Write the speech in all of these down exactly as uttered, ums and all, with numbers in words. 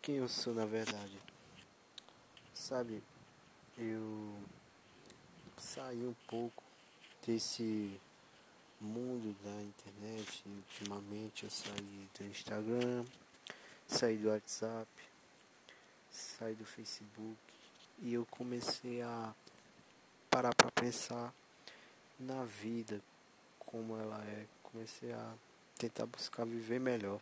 Quem eu sou na verdade. Sabe, eu saí um pouco desse mundo da internet. Ultimamente eu saí do Instagram, saí do WhatsApp, saí do Facebook e eu comecei a parar para pensar na vida, como ela é. Comecei a tentar buscar viver melhor.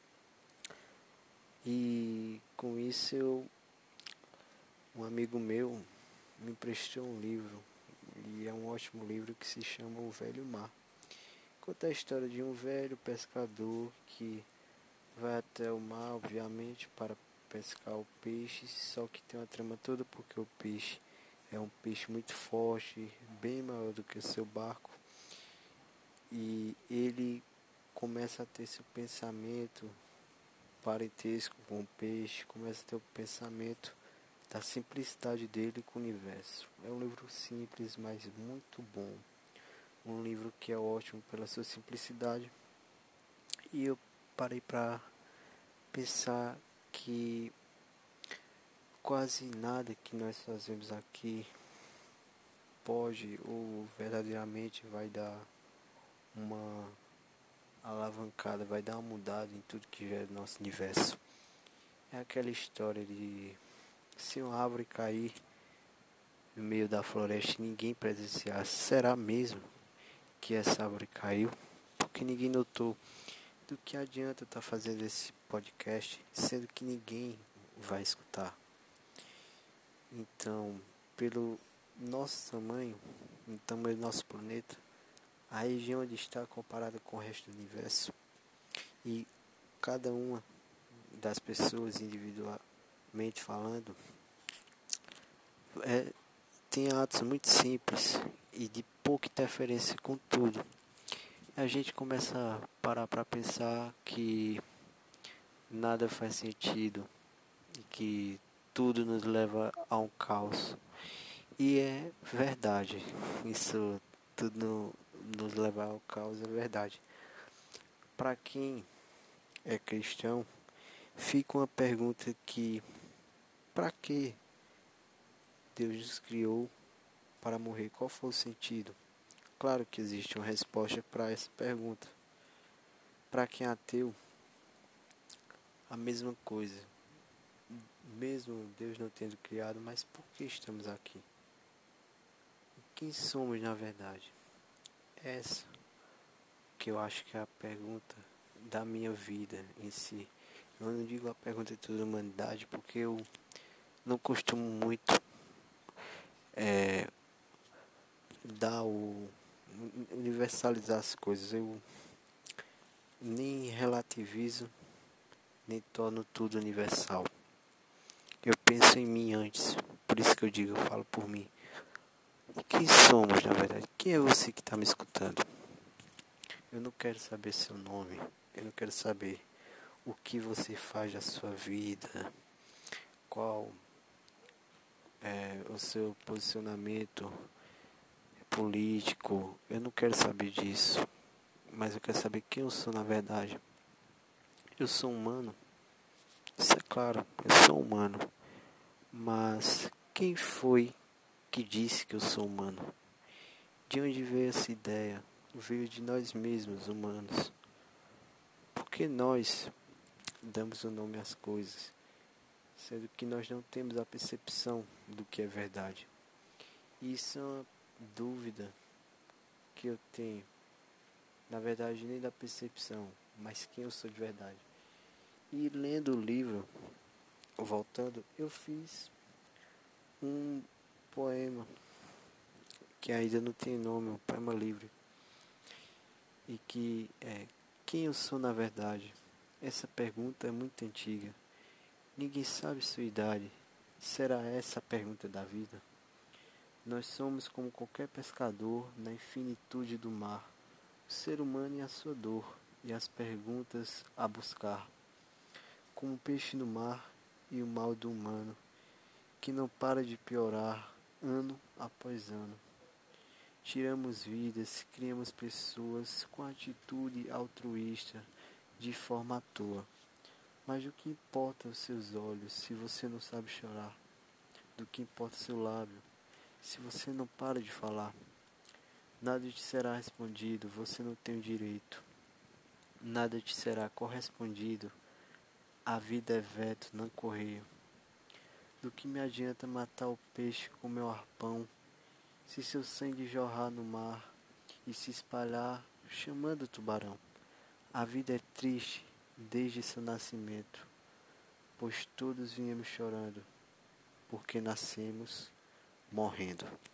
E com isso eu, um amigo meu me emprestou um livro, e é um ótimo livro que se chama O Velho Mar. Conta a história de um velho pescador que vai até o mar, obviamente, para pescar o peixe, só que tem uma trama toda porque o peixe é um peixe muito forte, bem maior do que o seu barco, e ele começa a ter seu pensamento parentesco com o peixe, começa a ter o pensamento da simplicidade dele com o universo. É um livro simples, mas muito bom. Um livro que é ótimo pela sua simplicidade. E eu parei para pensar que quase nada que nós fazemos aqui pode ou verdadeiramente vai dar uma alavancada, vai dar uma mudada em tudo que é do nosso universo. É aquela história de se uma árvore cair no meio da floresta e ninguém presenciar, será mesmo que essa árvore caiu? Porque ninguém notou. Do que adianta eu estar fazendo esse podcast, sendo que ninguém vai escutar? Então, pelo nosso tamanho, o tamanho do nosso planeta, a região onde está comparada com o resto do universo, e cada uma das pessoas individualmente falando, é, tem atos muito simples e de pouca interferência com tudo. A gente começa a parar para pensar que nada faz sentido e que tudo nos leva a um caos. E é verdade, isso tudo nos leva ao caos, é verdade. Para quem é cristão, fica uma pergunta que: para que Deus nos criou para morrer? Qual foi o sentido? Claro que existe uma resposta para essa pergunta. Para quem é ateu, a mesma coisa. Mesmo Deus não tendo criado, mas por que estamos aqui? Quem somos na verdade? Essa que eu acho que é a pergunta da minha vida em si. Eu não digo a pergunta de toda a humanidade porque eu não costumo muito é, dar o universalizar as coisas. Eu nem relativizo, nem torno tudo universal. Eu penso em mim antes, por isso que eu digo, eu falo por mim. Quem somos, na verdade? Quem é você que está me escutando? Eu não quero saber seu nome, eu não quero saber o que você faz da sua vida, qual é o seu posicionamento político. Eu não quero saber disso, mas eu quero saber quem eu sou na verdade. Eu sou humano, isso é claro, eu sou humano, mas quem foi que disse que eu sou humano? De onde veio essa ideia? Veio de nós mesmos, humanos. Porque nós damos o nome às coisas, sendo que nós não temos a percepção do que é verdade. E isso é uma dúvida que eu tenho. Na verdade, nem da percepção, mas quem eu sou de verdade. E lendo o livro, voltando, eu fiz um poema que ainda não tem nome, um poema livre, e que é: quem eu sou na verdade? Essa pergunta é muito antiga. Ninguém sabe sua idade. Será essa a pergunta da vida? Nós somos como qualquer pescador na infinitude do mar, o ser humano e a sua dor, e as perguntas a buscar, como o peixe no mar e o mal do humano, que não para de piorar ano após ano. Tiramos vidas, criamos pessoas com atitude altruísta, de forma à toa. Mas do que importa os seus olhos se você não sabe chorar? Do que importa seu lábio se você não para de falar? Nada te será respondido, você não tem o direito. Nada te será correspondido, a vida é veto, não correio. Do que me adianta matar o peixe com meu arpão, se seu sangue jorrar no mar e se espalhar chamando o tubarão? A vida é triste desde seu nascimento, pois todos viemos chorando, porque nascemos morrendo.